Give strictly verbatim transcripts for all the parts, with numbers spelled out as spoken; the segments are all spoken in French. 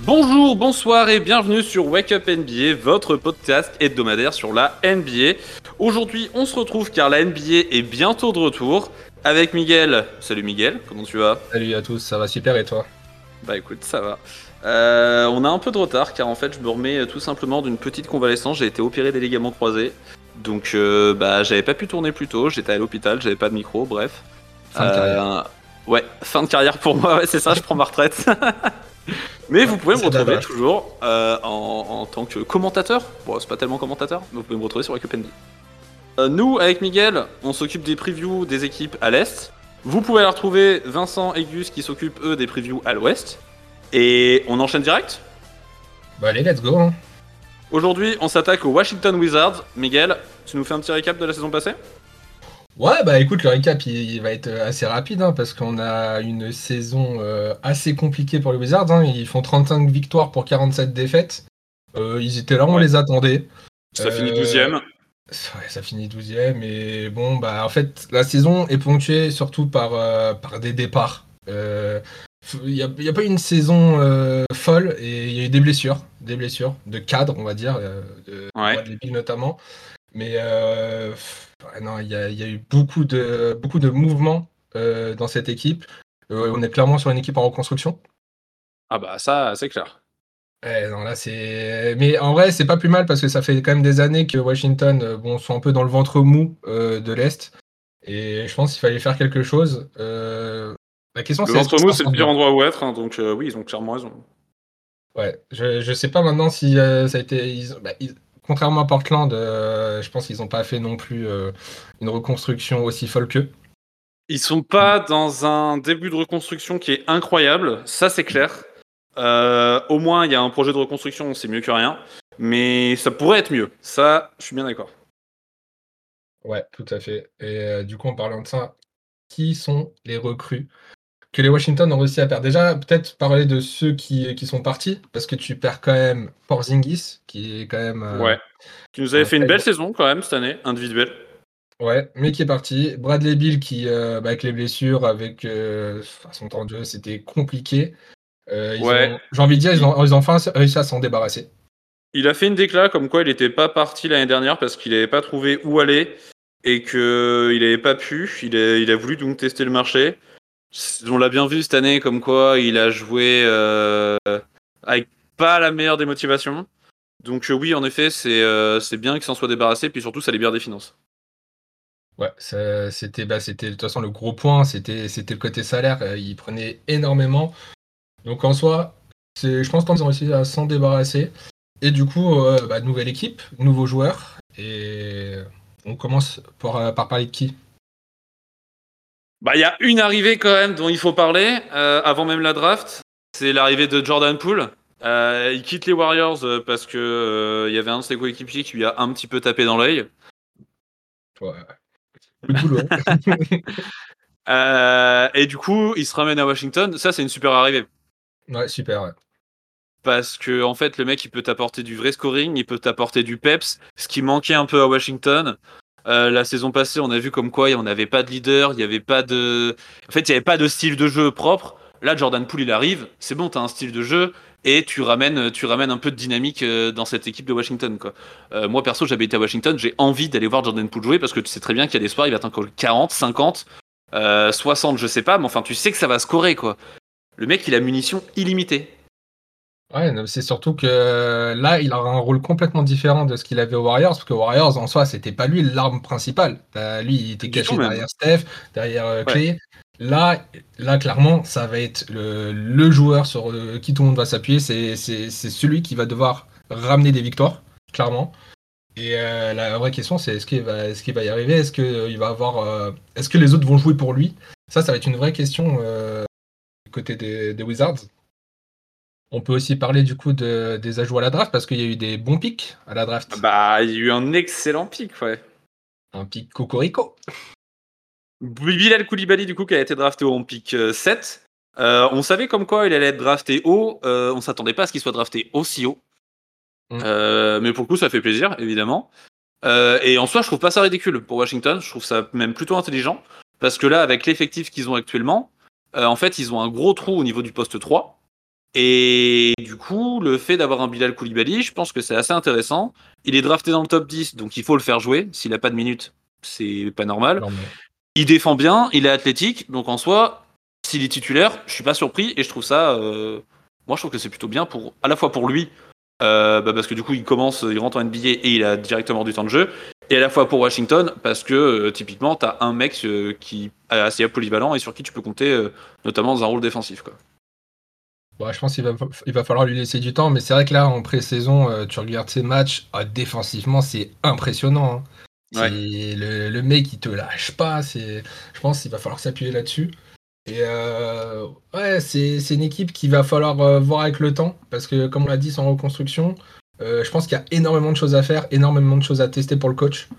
Bonjour, bonsoir et bienvenue sur Wake Up N B A, votre podcast hebdomadaire sur la N B A. Aujourd'hui, on se retrouve car la N B A est bientôt de retour avec Miguel. Salut Miguel, comment tu vas? Salut à tous, ça va super et toi? Bah écoute, ça va. Euh, on a un peu de retard car en fait je me remets tout simplement d'une petite convalescence, j'ai été opéré des ligaments croisés. Donc euh, bah j'avais pas pu tourner plus tôt, j'étais à l'hôpital, j'avais pas de micro, bref. Fin de carrière. Euh, ouais, fin de carrière pour moi, ouais, c'est ça, je prends ma retraite. Mais vous pouvez me C'est retrouver dommage. toujours euh, en, en tant que commentateur. Bon, c'est pas tellement commentateur, mais vous pouvez me retrouver sur Wake Up N B A. Euh, nous, avec Miguel, on s'occupe des previews des équipes à l'Est. Vous pouvez la retrouver Vincent et Gus qui s'occupent, eux, des previews à l'Ouest. Et on enchaîne direct. Bah allez, let's go. Hein. Aujourd'hui, on s'attaque aux Washington Wizards. Miguel, tu nous fais un petit récap de la saison passée? Ouais, bah écoute, le récap il, il va être assez rapide hein, parce qu'on a une saison euh, assez compliquée pour les Wizards. Hein. Ils font trente-cinq victoires pour quarante-sept défaites. Euh, ils étaient là, on Ouais. les attendait. Ça Euh, finit douzième. Ouais, ça finit douzième et bon, bah en fait, la saison est ponctuée surtout par, euh, par des départs. Euh, Il n'y a, il y a pas eu une saison euh, folle et il y a eu des blessures, des blessures de cadre, on va dire, euh, de Ouais. Bradley Beal notamment. Mais euh, pff, ouais, non, il y a, il y a eu beaucoup de, beaucoup de mouvements euh, dans cette équipe. Euh, on est clairement sur une équipe en reconstruction. Ah bah ça, c'est clair. Ouais, non, là, c'est... Mais en vrai, c'est pas plus mal parce que ça fait quand même des années que Washington euh, bon, sont un peu dans le ventre mou euh, de l'Est. Et je pense qu'il fallait faire quelque chose. Euh, La question, Le c'est est-ce ventre qu'ils mou, s'en c'est le sortent pire bien. endroit où être, hein, donc euh, oui, ils ont clairement raison. Ouais, je, je sais pas maintenant si euh, ça a été. Ils- bah, ils- Contrairement à Portland, euh, je pense qu'ils n'ont pas fait non plus euh, une reconstruction aussi folle qu'eux. Ils sont pas dans un début de reconstruction qui est incroyable, ça c'est clair. Euh, au moins, il y a un projet de reconstruction, c'est mieux que rien. Mais ça pourrait être mieux, ça, je suis bien d'accord. Ouais, tout à fait. Et euh, du coup, en parlant de ça, qui sont les recrues que les Washington ont réussi à perdre? Déjà, peut-être parler de ceux qui, qui sont partis, parce que tu perds quand même Porzingis, qui est quand même euh, Ouais. Qui nous avait un fait une très belle gros. saison quand même cette année, individuelle. Ouais, mais qui est parti. Bradley Beal, qui, euh, bah, avec les blessures, avec euh, enfin, son temps de jeu, c'était compliqué. Euh, ils Ouais. ont, j'ai envie de dire, ils Il, ont, ils ont enfin réussi à s'en débarrasser. il a fait une déclat comme quoi il était pas parti l'année dernière parce qu'il avait pas trouvé où aller et que il avait pas pu. Il a, il a voulu donc tester le marché. On l'a bien vu cette année comme quoi il a joué euh, avec pas la meilleure des motivations. Donc euh, oui, en effet, c'est euh, c'est bien qu'il s'en soit débarrassé, puis surtout, ça libère des finances. Ouais, ça- c'était, bah, c'était de toute façon le gros point, c'était, c'était le côté salaire. Euh, ils prenaient énormément. Donc en soi, c'est, je pense qu'ils ont réussi à s'en débarrasser. Et du coup, euh, bah, nouvelle équipe, nouveaux joueurs. Et on commence par, euh, par parler de qui? Bah, il y a une arrivée quand même dont il faut parler, euh, avant même la draft. C'est l'arrivée de Jordan Poole. Euh, il quitte les Warriors euh, parce que euh, il y avait un de ses coéquipiers qui lui a un petit peu tapé dans l'œil. Ouais, coup de boulot. Hein. Euh, et du coup, il se ramène à Washington. Ça, c'est une super arrivée. Ouais, super. Ouais. Parce que en fait, le mec, il peut t'apporter du vrai scoring, il peut t'apporter du peps, ce qui manquait un peu à Washington. Euh, la saison passée, on a vu comme quoi on n'avait pas de leader, il n'y avait pas de, en fait, il y avait pas de style de jeu propre. Là, Jordan Poole, il arrive, c'est bon, t'as un style de jeu et tu ramènes, tu ramènes un peu de dynamique euh, dans cette équipe de Washington, quoi. Euh, moi, perso, j'avais été à Washington, j'ai envie d'aller voir Jordan Poole jouer parce que tu sais très bien qu'il y a des soirs, il va t'encore quarante, cinquante, euh, soixante, je sais pas, mais enfin, tu sais que ça va scorer, quoi. Le mec, il a munitions illimitées. Ouais, non, c'est surtout que euh, là, il aura un rôle complètement différent de ce qu'il avait aux Warriors, parce que aux Warriors, en soi, c'était pas lui l'arme principale. Euh, lui, il était Du tout caché même. derrière Steph, derrière euh, Ouais. Clay. Là, là, clairement, ça va être le, le joueur sur euh, qui tout le monde va s'appuyer. C'est, c'est, c'est celui qui va devoir ramener des victoires, clairement. Et euh, la vraie question, c'est est-ce qu'il va, est-ce qu'il va y arriver? Est-ce que euh, il va avoir, euh, est-ce que les autres vont jouer pour lui? Ça, ça va être une vraie question euh, du côté des, des Wizards. On peut aussi parler du coup de, des ajouts à la draft parce qu'il y a eu des bons pics à la draft. Bah, il y a eu un excellent pic, ouais. Un pic Cocorico. Bilal Koulibaly, du coup, qui a été drafté en pic euh, sept. Euh, on savait comme quoi il allait être drafté haut. Euh, on s'attendait pas à ce qu'il soit drafté aussi haut. Mm. Euh, mais pour le coup, ça fait plaisir, évidemment. Euh, et en soi, je trouve pas ça ridicule pour Washington. Je trouve ça même plutôt intelligent. Parce que là, avec l'effectif qu'ils ont actuellement, euh, en fait, ils ont un gros trou au niveau du poste trois. Et du coup, le fait d'avoir un Bilal Koulibaly, je pense que c'est assez intéressant. Il est drafté dans le top dix, donc il faut le faire jouer. S'il n'a pas de minutes, c'est pas normal. Normal. Il défend bien, il est athlétique, donc en soi, s'il est titulaire, je suis pas surpris et je trouve ça. Euh, moi, je trouve que c'est plutôt bien pour, à la fois pour lui, euh, bah parce que du coup, il commence, il rentre en N B A et il a directement du temps de jeu, et à la fois pour Washington, parce que euh, typiquement, t'as un mec euh, qui est assez polyvalent et sur qui tu peux compter, euh, notamment dans un rôle défensif, quoi. Bon, je pense qu'il va, il va falloir lui laisser du temps, mais c'est vrai que là, en pré-saison, euh, tu regardes ses matchs, ah, défensivement, c'est impressionnant. Hein. Ouais. C'est le, le mec, il te lâche pas. C'est, je pense qu'il va falloir s'appuyer là-dessus. Et euh, ouais, c'est, c'est une équipe qu'il va falloir euh, voir avec le temps, parce que comme on l'a dit, c'est en reconstruction. Euh, je pense qu'il y a énormément de choses à faire, énormément de choses à tester pour le coach.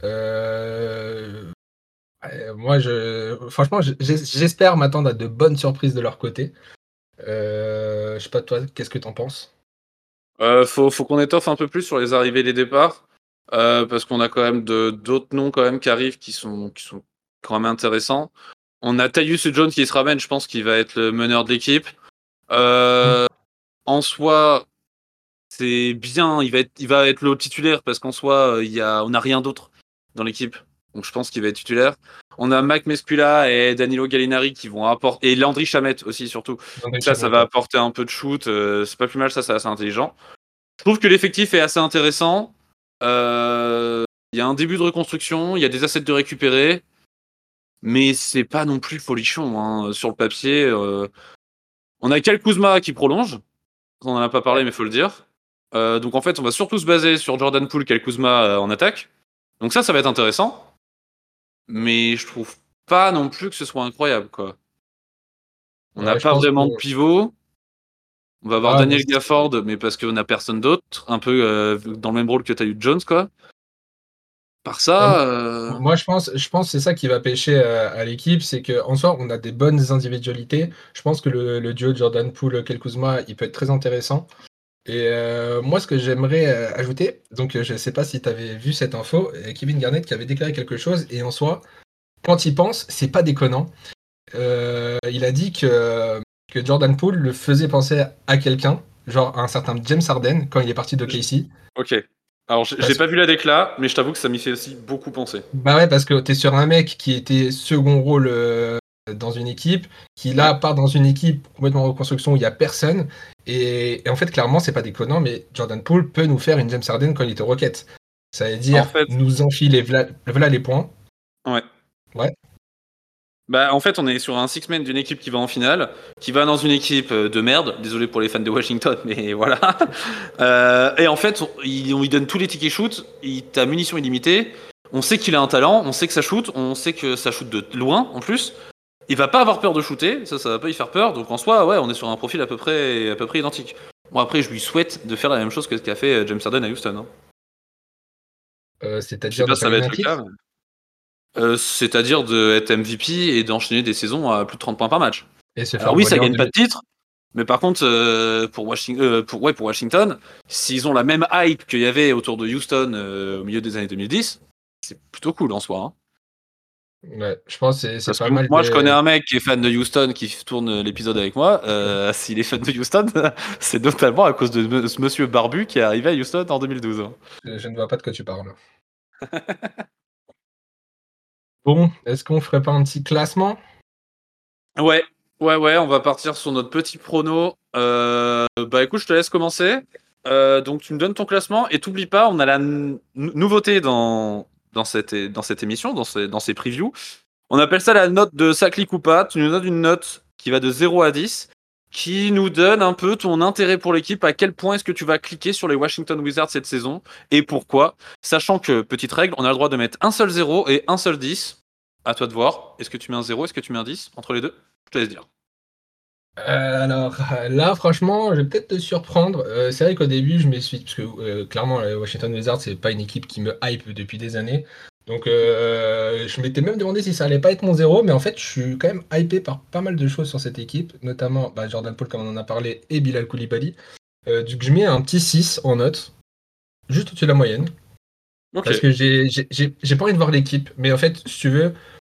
Euh, ouais, moi, je, franchement, je- j'espère m'attendre à de bonnes surprises de leur côté. Euh, je sais pas, toi, qu'est-ce que t'en penses? Euh, faut, faut qu'on étoffe un peu plus sur les arrivées et les départs, euh, parce qu'on a quand même de, d'autres noms quand même qui arrivent qui sont, qui sont quand même intéressants. On a Tyus Jones qui se ramène, je pense qu'il va être le meneur de l'équipe. Mm. Euh, en soi, c'est bien, il va être, il va être le titulaire parce qu'en soi, euh, il y a, on n'a rien d'autre dans l'équipe. Donc je pense qu'il va être titulaire. On a Mac Mescula et Danilo Gallinari qui vont apporter, et Landry Chamette aussi surtout. André Ça, ça Chamet, va ouais. apporter un peu de shoot. Euh, c'est pas plus mal, ça, c'est assez intelligent. Je trouve que l'effectif est assez intéressant. Euh, Il y a un début de reconstruction, il y a des assets de récupérer, mais c'est pas non plus folichon, hein. Sur le papier, euh, on a Kyle Kuzma qui prolonge. On en a pas parlé, Ouais. mais faut le dire. Euh, donc en fait, on va surtout se baser sur Jordan Poole, Kyle Kuzma euh, en attaque. Donc ça, ça va être intéressant. Mais je trouve pas non plus que ce soit incroyable, quoi. On n'a Ouais, je pas pense que. vraiment de pivot. On va avoir Ouais, mais Daniel c'est- Gafford, mais parce qu'on a personne d'autre. Un peu euh, dans le même rôle que t'as eu Jones, quoi. Par ouais, ça, euh, moi, je pense, je pense que c'est ça qui va pêcher euh, à l'équipe, c'est qu'en soi, on a des bonnes individualités. Je pense que le, le duo Jordan Poole, Kyle Kuzma, il peut être très intéressant. Et euh, moi, ce que j'aimerais euh, ajouter, donc euh, je ne sais pas si tu avais vu cette info, euh, Kevin Garnett qui avait déclaré quelque chose, et en soi, quand il pense, c'est pas déconnant. Euh, il a dit que, que Jordan Poole le faisait penser à quelqu'un, genre à un certain James Harden, quand il est parti de je- K C. ok. Alors, j'ai j'ai Parce, pas vu la décla, mais je t'avoue que ça m'y fait aussi beaucoup penser. bah ouais, parce que tu es sur un mec qui était second rôle euh, dans une équipe, qui Ouais. là part dans une équipe complètement en reconstruction où il n'y a personne. Et, et en fait, clairement, c'est pas déconnant, mais Jordan Poole peut nous faire une James Harden quand il était au Rocket. Ça veut En dire fait, nous enfiler voilà, voilà les points. ouais. Ouais. Bah, en fait, on est sur un six-man d'une équipe qui va en finale, qui va dans une équipe euh, de merde. Désolé pour les fans de Washington, mais voilà. Euh, et en fait, on, il- on lui donne tous les tickets shoot. Il t'a munition illimitée. On sait qu'il a un talent. On sait que ça shoot. On sait que ça shoot de loin en plus. Il va pas avoir peur de shooter. Ça, ça va pas y faire peur. Donc en soi, ouais, on est sur un profil à peu près, à peu près identique. Bon, après, je lui souhaite de faire la même chose que ce qu'a fait euh, James Harden à Houston, hein. Euh, Je sais c'est-à-dire pas de si ça faire va gagner être un le cas. titre. mais- Euh, c'est-à-dire d'être M V P et d'enchaîner des saisons à plus de trente points par match. Et se Alors faire oui, ça voler en gagne pas demi. de titre, mais par contre, euh, pour, Washington, euh, pour, ouais, pour Washington, s'ils ont la même hype qu'il y avait autour de Houston euh, au milieu des années deux mille dix, c'est plutôt cool en soi, hein. Ouais, je pense que c'est c'est Parce pas que mal moi, je connais des. un mec qui est fan de Houston, qui tourne l'épisode avec moi. Euh, S'il est fan de Houston, c'est notamment à cause de me- ce monsieur barbu qui est arrivé à Houston en deux mille douze, hein. Je, je ne vois pas de quoi tu parles. Bon, est-ce qu'on ferait pas un petit classement? Ouais, ouais, ouais, on va partir sur notre petit prono. Euh, bah écoute, je te laisse commencer. Euh, donc tu me donnes ton classement et t'oublies pas, on a la n- nouveauté dans, dans, cette, dans cette émission, dans ces, dans ces previews. On appelle ça la note de ça clique ou pas. Tu nous donnes une note qui va de zéro à dix, qui nous donne un peu ton intérêt pour l'équipe, à quel point est-ce que tu vas cliquer sur les Washington Wizards cette saison et pourquoi. Sachant que, petite règle, on a le droit de mettre un seul zéro et un seul dix. À toi de voir. Est-ce que tu mets un zéro, est-ce que tu mets un dix entre les deux? Je te laisse dire. Euh, alors euh, là, franchement, je vais peut-être te surprendre. Euh, c'est vrai qu'au début, je me suis. Parce que euh, clairement, les Washington Wizards, c'est pas une équipe qui me hype depuis des années. Donc euh, je m'étais même demandé si ça allait pas être mon zéro, mais en fait, je suis quand même hypé par pas mal de choses sur cette équipe, notamment bah, Jordan Poole, comme on en a parlé, et Bilal Koulibaly. Euh, du coup, je mets un petit six en note, juste au-dessus de la moyenne. Ok. Parce que j'ai j'ai- j'ai- j'ai pas envie de voir l'équipe. Mais en fait, si tu veux,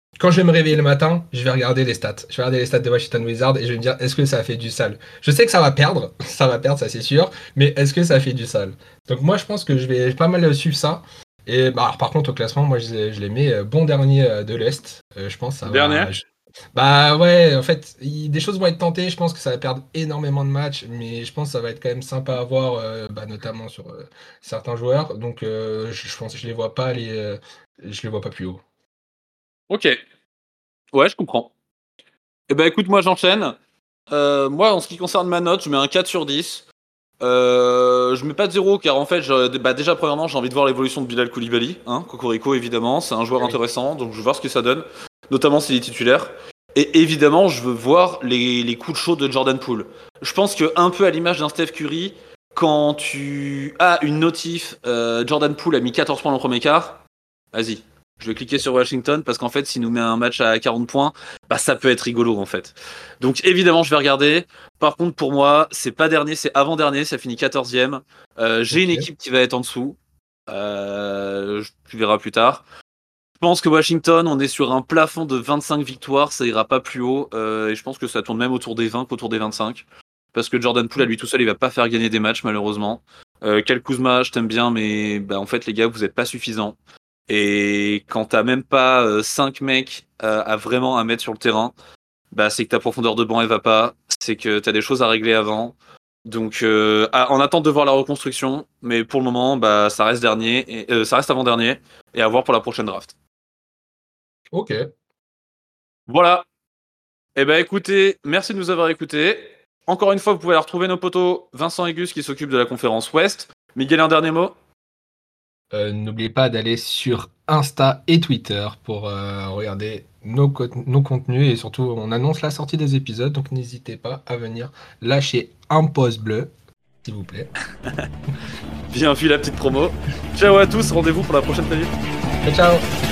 quand je vais me réveiller le matin, je vais regarder les stats. Je vais regarder les stats de Washington Wizards et je vais me dire, est-ce que ça a fait du sale? Je sais que ça va perdre, ça va perdre, ça c'est sûr, mais est-ce que ça a fait du sale? Donc moi, je pense que je vais pas mal suivre ça. Et bah, alors, par contre, au classement, moi, je, les- je les mets euh, bon dernier euh, de l'Est. Euh, je pense que ça Dernier. va... je- Bah ouais, en fait, il- des choses vont être tentées. Je pense que ça va perdre énormément de matchs, mais je pense que ça va être quand même sympa à voir, euh, bah, notamment sur euh, certains joueurs. Donc euh, je, je pense que je les vois pas aller, euh, je les vois pas plus haut. Ok. Ouais, je comprends. Eh ben écoute, moi j'enchaîne. Euh, moi, en ce qui concerne ma note, je mets un quatre sur dix. Euh, je mets pas de zéro car en fait, je- bah, déjà premièrement, j'ai envie de voir l'évolution de Bilal Koulibaly, hein, Cocorico évidemment, c'est un joueur Eh oui. intéressant, donc je veux voir ce que ça donne, notamment s'il est titulaire. Et évidemment, je veux voir les, les coups de chaud de Jordan Poole. Je pense que un peu à l'image d'un Steph Curry, quand tu as une notif, euh, Jordan Poole a mis quatorze points dans le premier quart, vas-y. Je vais cliquer sur Washington parce qu'en fait, s'il nous met un match à quarante points, bah ça peut être rigolo en fait. Donc évidemment, je vais regarder. Par contre, pour moi, c'est pas dernier, c'est avant-dernier, ça finit quatorzième. Euh, j'ai une Ok. équipe qui va être en dessous. Euh, je- tu verras plus tard. Je pense que Washington, on est sur un plafond de vingt-cinq victoires, ça ira pas plus haut. Euh, et je pense que ça tourne même autour des vingt qu'autour des vingt-cinq. Parce que Jordan Poole, à lui tout seul, il va pas faire gagner des matchs, malheureusement. Euh, Kyle Kuzma, je t'aime bien, mais bah, en fait, les gars, vous êtes pas suffisants. Et quand t'as même pas euh, cinq mecs euh, à vraiment à mettre sur le terrain, bah, c'est que ta profondeur de banc elle va pas, c'est que t'as des choses à régler avant. Donc, euh, à- en attente de voir la reconstruction, mais pour le moment, bah, ça reste dernier, et, euh, ça reste avant-dernier, et à voir pour la prochaine draft. Ok. Voilà. Eh ben, écoutez, merci de nous avoir écoutés. Encore une fois, vous pouvez aller retrouver nos potos Vincent et Gus qui s'occupent de la conférence Ouest. Miguel, un dernier mot? Euh, n'oubliez pas d'aller sur Insta et Twitter pour euh, regarder nos, co- nos contenus et surtout on annonce la sortie des épisodes donc n'hésitez pas à venir lâcher un pouce bleu s'il vous plaît. Bien vu la petite promo. Ciao à tous, rendez-vous pour la prochaine période. Ciao ciao.